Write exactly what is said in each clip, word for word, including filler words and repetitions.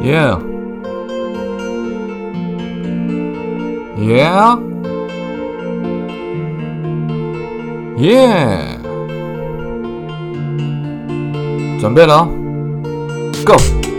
Yeah. Yeah. Yeah. 准备了哦 ，Go。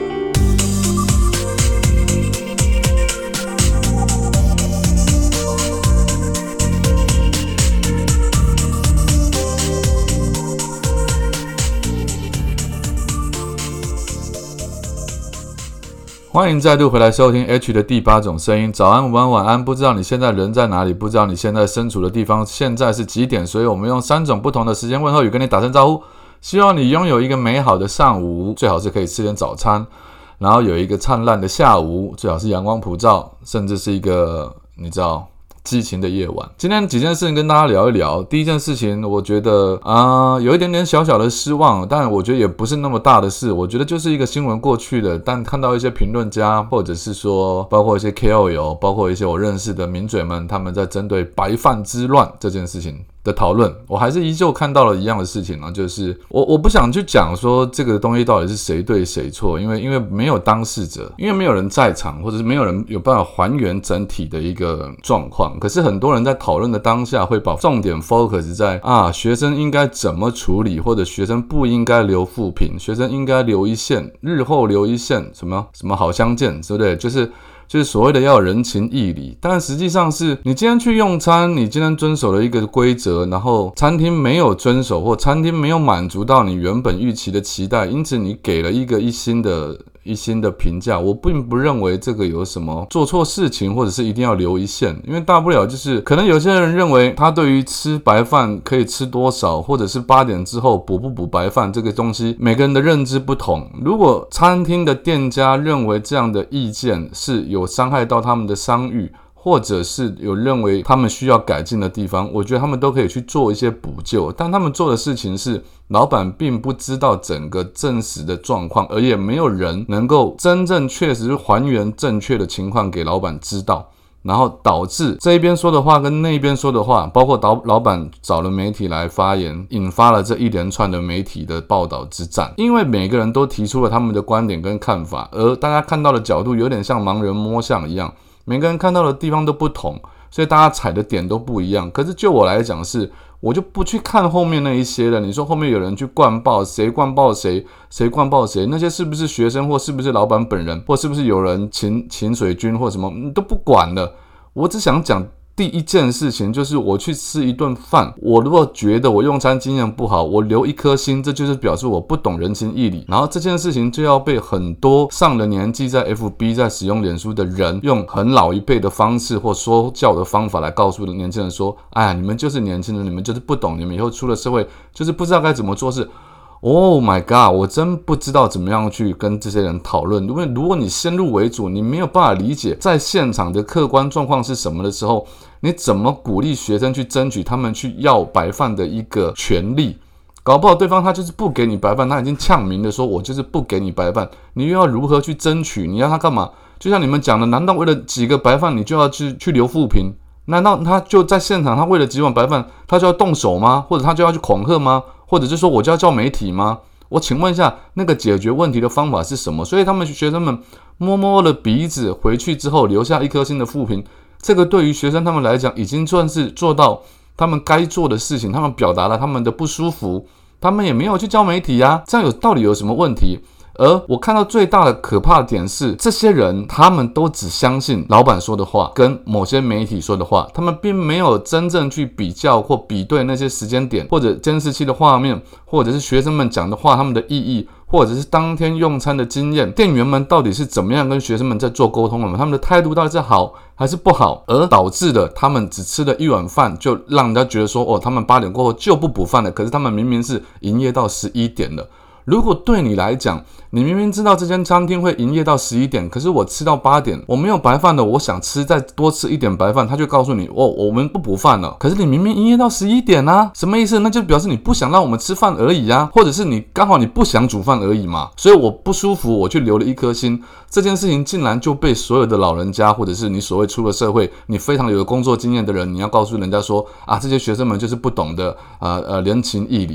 欢迎再度回来收听 H 的第八种声音。早安、午安、晚安，不知道你现在人在哪里，不知道你现在身处的地方现在是几点，所以我们用三种不同的时间问候语跟你打声招呼。希望你拥有一个美好的上午，最好是可以吃点早餐，然后有一个灿烂的下午，最好是阳光普照，甚至是一个你知道激情的夜晚。今天几件事情跟大家聊一聊。第一件事情，我觉得啊、呃，有一点点小小的失望，但我觉得也不是那么大的事。我觉得就是一个新闻过去的，但看到一些评论家，或者是说包括一些 K O L， 包括一些我认识的名嘴们，他们在针对白饭之乱这件事情的讨论，我还是依旧看到了一样的事情呢，就是我我不想去讲说这个东西到底是谁对谁错，因为因为没有当事者，因为没有人在场，或者是没有人有办法还原整体的一个状况。可是很多人在讨论的当下，会把重点 focus 在啊学生应该怎么处理，或者学生不应该留负评，学生应该留一线，日后留一线，什么什么好相见，对不对？就是就是所谓的要有人情义理，但实际上是你今天去用餐，你今天遵守了一个规则，然后餐厅没有遵守，或餐厅没有满足到你原本预期的期待，因此你给了一个一星的一星的评价。我并不认为这个有什么做错事情，或者是一定要留一线，因为大不了就是可能有些人认为他对于吃白饭可以吃多少，或者是八点之后补不补白饭这个东西，每个人的认知不同。如果餐厅的店家认为这样的意见是有伤害到他们的商誉，或者是有认为他们需要改进的地方，我觉得他们都可以去做一些补救。但他们做的事情是，老板并不知道整个真实的状况，而也没有人能够真正确实还原正确的情况给老板知道，然后导致这一边说的话跟那一边说的话，包括老板找了媒体来发言，引发了这一连串的媒体的报道之战。因为每个人都提出了他们的观点跟看法，而大家看到的角度有点像盲人摸象一样，每个人看到的地方都不同，所以大家踩的点都不一样。可是就我来讲是，我就不去看后面那一些了。你说后面有人去灌爆谁，灌爆谁，谁灌爆谁，那些是不是学生，或是不是老板本人，或是不是有人请请水军或什么，你都不管了。我只想讲第一件事情，就是我去吃一顿饭，我如果觉得我用餐经验不好，我留一颗心，这就是表示我不懂人情义理。然后这件事情就要被很多上了年纪在 F B 在使用脸书的人，用很老一辈的方式或说教的方法来告诉年轻人说，哎呀，你们就是年轻人，你们就是不懂，你们以后出了社会就是不知道该怎么做事。Oh my god， 我真不知道怎么样去跟这些人讨论。因为如果你先入为主，你没有办法理解在现场的客观状况是什么的时候，你怎么鼓励学生去争取他们去要白饭的一个权利？搞不好对方他就是不给你白饭，他已经呛明的说，我就是不给你白饭，你又要如何去争取？你要他干嘛？就像你们讲的，难道为了几个白饭你就要去去留负评？难道他就在现场，他为了几碗白饭，他就要动手吗？或者他就要去恐吓吗？或者是说我就要叫媒体吗？我请问一下，那个解决问题的方法是什么？所以他们学生们摸摸了鼻子回去之后，留下一颗心的负评，这个对于学生他们来讲，已经算是做到他们该做的事情，他们表达了他们的不舒服，他们也没有去教媒体啊，这样有到底有什么问题？而我看到最大的可怕的点是，这些人他们都只相信老板说的话跟某些媒体说的话，他们并没有真正去比较或比对那些时间点，或者监视器的画面，或者是学生们讲的话他们的意义，或者是当天用餐的经验，店员们到底是怎么样跟学生们在做沟通的，他们的态度到底是好还是不好，而导致的他们只吃了一碗饭，就让人家觉得说，哦，他们八点过后就不补饭了，可是他们明明是营业到十一点了。如果对你来讲，你明明知道这间餐厅会营业到十一点，可是我吃到八点，我没有白饭的，我想吃再多吃一点白饭，他就告诉你，哦，我们不补饭了。可是你明明营业到十一点啊，什么意思？那就表示你不想让我们吃饭而已啊，或者是你刚好你不想煮饭而已嘛。所以我不舒服，我去留了一颗心。这件事情竟然就被所有的老人家，或者是你所谓出了社会，你非常有工作经验的人，你要告诉人家说啊，这些学生们就是不懂得呃呃人情义理。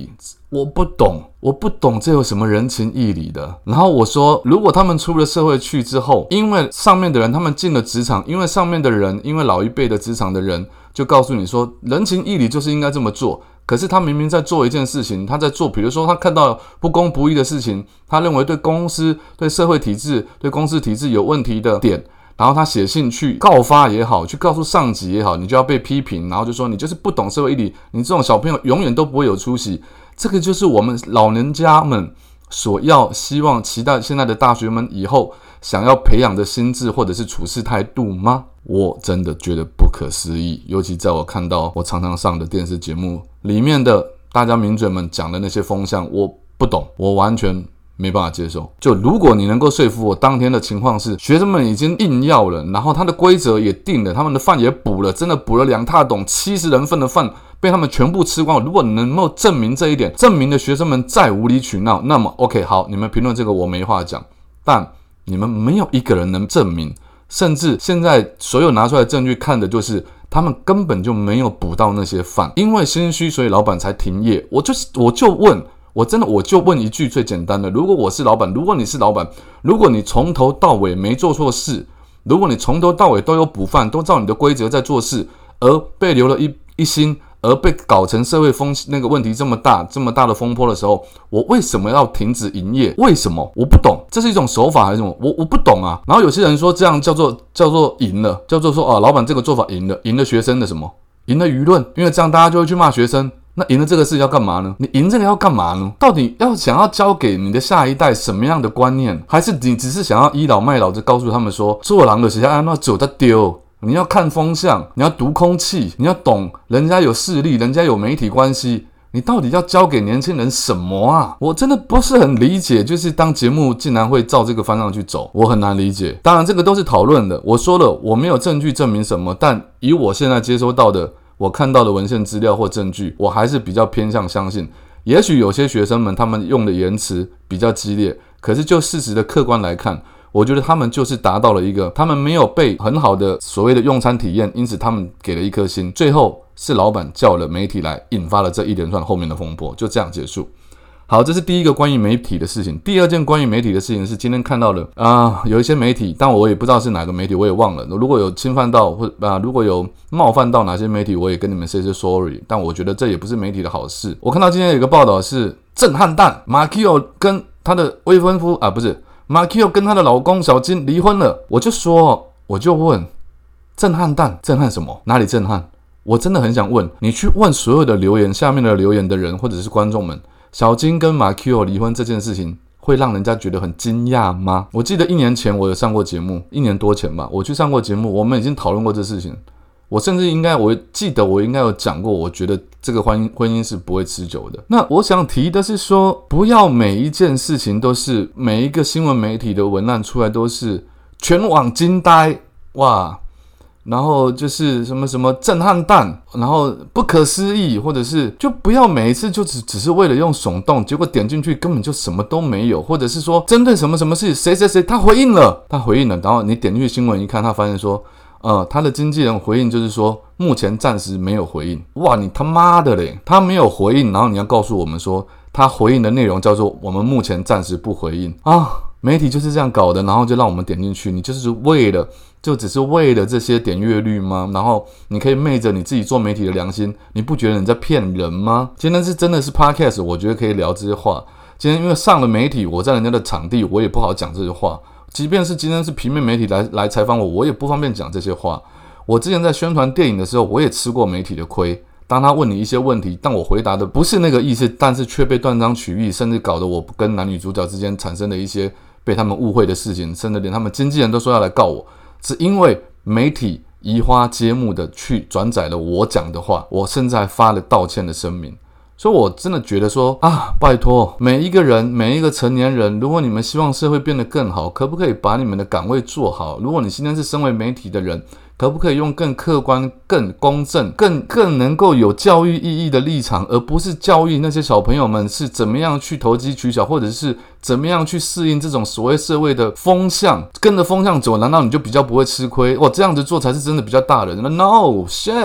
我不懂，我不懂这有什么人情义理的。然后我说，如果他们出了社会去之后，因为上面的人他们进了职场，因为上面的人，因为老一辈的职场的人就告诉你说，人情义理就是应该这么做。可是他明明在做一件事情，他在做，比如说他看到不公不义的事情，他认为对公司、对社会体制、对公司体制有问题的点，然后他写信去告发也好，去告诉上级也好，你就要被批评，然后就说你就是不懂社会义理，你这种小朋友永远都不会有出息。这个就是我们老人家们所要希望期待现在的大学们以后想要培养的心智或者是处事态度吗？我真的觉得不可思议，尤其在我看到我常常上的电视节目里面的大家名嘴们讲的那些风向，我不懂，我完全没办法接受。就如果你能够说服我，当天的情况是学生们已经硬要了，然后他的规则也定了，他们的饭也补了，真的补了两大桶七十人份的饭被他们全部吃光。如果你能够证明这一点，证明的学生们再无理取闹，那么 OK 好，你们评论这个我没话讲，但你们没有一个人能证明，甚至现在所有拿出来的证据看的就是他们根本就没有补到那些饭，因为心虚所以老板才停业。我就我就问我真的我就问一句最简单的，如果我是老板，如果你是老板，如果你从头到尾没做错事，如果你从头到尾都有补饭，都照你的规则在做事，而被留了一一星，而被搞成社会风那个问题这么大这么大的风波的时候，我为什么要停止营业？为什么？我不懂，这是一种手法还是什么？我我不懂啊。然后有些人说这样叫做叫做赢了，叫做说啊，老板这个做法赢了，赢了学生的什么？赢了舆论，因为这样大家就会去骂学生。那赢了这个事要干嘛呢？你赢这个要干嘛呢？到底要想要教给你的下一代什么样的观念？还是你只是想要倚老卖老，就告诉他们说，做人就是要按照走的丢？你要看风向，你要读空气，你要懂人家有势力，人家有媒体关系，你到底要教给年轻人什么啊？我真的不是很理解，就是当节目竟然会照这个方向去走，我很难理解。当然这个都是讨论的，我说了我没有证据证明什么，但以我现在接收到的我看到的文献资料或证据，我还是比较偏向相信，也许有些学生们他们用的言辞比较激烈，可是就事实的客观来看，我觉得他们就是达到了一个他们没有被很好的所谓的用餐体验，因此他们给了一颗星，最后是老板叫了媒体来，引发了这一连串后面的风波，就这样结束。好，这是第一个关于媒体的事情。第二件关于媒体的事情是今天看到了啊、呃，有一些媒体，但我也不知道是哪个媒体，我也忘了。如果有侵犯到或啊、呃，如果有冒犯到哪些媒体，我也跟你们 say say sorry。但我觉得这也不是媒体的好事。我看到今天有一个报道是震撼弹，马奎欧跟他的未婚夫啊，不是马奎欧跟他的老公小金离婚了。我就说，我就问，震撼弹，震撼什么？哪里震撼？我真的很想问你，去问所有的留言下面的留言的人或者是观众们。小金跟马奎欧离婚这件事情会让人家觉得很惊讶吗？我记得一年前我有上过节目，一年多前吧，我去上过节目，我们已经讨论过这事情。我甚至应该，我记得我应该有讲过，我觉得这个婚姻婚姻是不会持久的。那我想提的是说，不要每一件事情都是每一个新闻媒体的文案出来都是全网惊呆哇。然后就是什么什么震撼弹，然后不可思议，或者是就不要每一次就只只是为了用耸动，结果点进去根本就什么都没有，或者是说针对什么什么事谁谁谁他回应了，他回应了，然后你点进去新闻一看，他发现说，呃，他的经纪人回应就是说目前暂时没有回应。哇，你他妈的嘞，他没有回应，然后你要告诉我们说他回应的内容叫做我们目前暂时不回应啊。媒体就是这样搞的，然后就让我们点进去，你就是为了就只是为了这些点阅率吗？然后你可以昧着你自己做媒体的良心，你不觉得你在骗人吗？今天是真的是 podcast， 我觉得可以聊这些话。今天因为上了媒体，我在人家的场地，我也不好讲这些话。即便是今天是平面媒体来来采访我，我也不方便讲这些话。我之前在宣传电影的时候，我也吃过媒体的亏。当他问你一些问题，但我回答的不是那个意思，但是却被断章取义，甚至搞得我跟男女主角之间产生了一些被他们误会的事情，甚至连他们经纪人都说要来告我，只因为媒体移花接木的去转载了我讲的话，我甚至还发了道歉的声明。所以我真的觉得说啊，拜托每一个人，每一个成年人，如果你们希望社会变得更好，可不可以把你们的岗位做好？如果你今天是身为媒体的人，可不可以用更客观、更公正、更更能够有教育意义的立场，而不是教育那些小朋友们是怎么样去投机取巧，或者是怎么样去适应这种所谓社会的风向，跟着风向走，难道你就比较不会吃亏？哇，这样子做才是真的比较大人。No shit。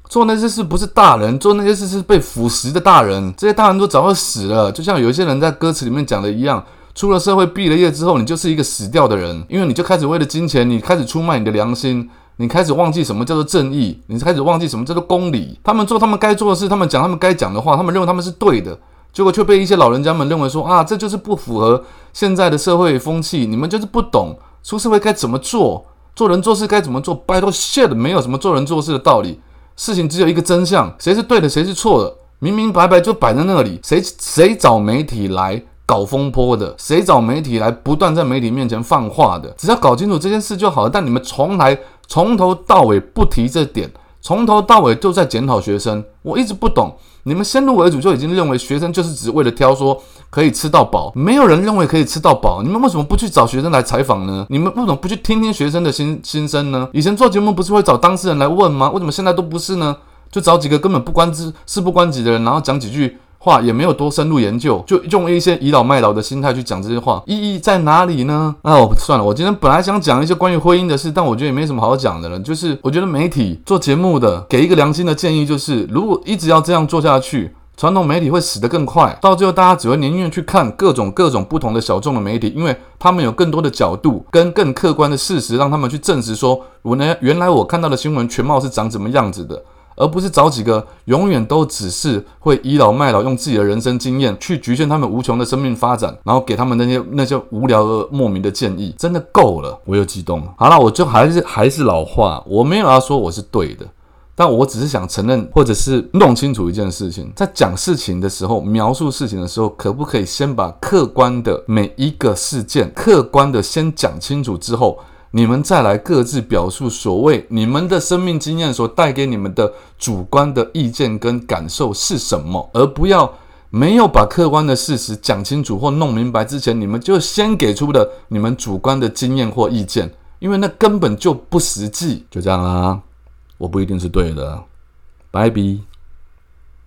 做那些事不是大人，做那些事是被腐蚀的大人，这些大人都早就死了。就像有一些人在歌词里面讲的一样，出了社会毕了业之后，你就是一个死掉的人，因为你就开始为了金钱，你开始出卖你的良心，你开始忘记什么叫做正义，你开始忘记什么叫做公理。他们做他们该做的事，他们讲他们该讲的话，他们认为他们是对的，结果却被一些老人家们认为说啊，这就是不符合现在的社会风气，你们就是不懂出社会该怎么做，做人做事该怎么做。拜托 shit， 没有什么做人做事的道理，事情只有一个真相，谁是对的，谁是错的，明明白白就摆在那里。谁谁找媒体来搞风波的，谁找媒体来不断在媒体面前放话的，只要搞清楚这件事就好了。但你们从来从头到尾不提这点，从头到尾就在检讨学生。我一直不懂，你们先入为主就已经认为学生就是只为了挑说可以吃到饱，没有人认为可以吃到饱。你们为什么不去找学生来采访呢？你们为什么不去听听学生的心心声呢？以前做节目不是会找当事人来问吗？为什么现在都不是呢？就找几个根本不关事事不关己的人，然后讲几句话，也没有多深入研究，就用一些倚老卖老的心态去讲这些话，意义在哪里呢？那我算了，我今天本来想讲一些关于婚姻的事，但我觉得也没什么好讲的了。就是我觉得媒体做节目的给一个良心的建议，就是如果一直要这样做下去，传统媒体会死得更快，到最后大家只会宁愿去看各种各种不同的小众的媒体，因为他们有更多的角度跟更客观的事实，让他们去证实说，原来我看到的新闻全貌是长怎么样子的。而不是找几个永远都只是会倚老卖老，用自己的人生经验去局限他们无穷的生命发展，然后给他们那些那些无聊而莫名的建议，真的够了。我又激动了。好啦，我就还是还是老话，我没有要说我是对的，但我只是想承认，或者是弄清楚一件事情，在讲事情的时候，描述事情的时候，可不可以先把客观的每一个事件，客观的先讲清楚之后，你们再来各自表述所谓你们的生命经验所带给你们的主观的意见跟感受是什么，而不要没有把客观的事实讲清楚或弄明白之前，你们就先给出了你们主观的经验或意见，因为那根本就不实际。就这样啦，我不一定是对的，拜拜。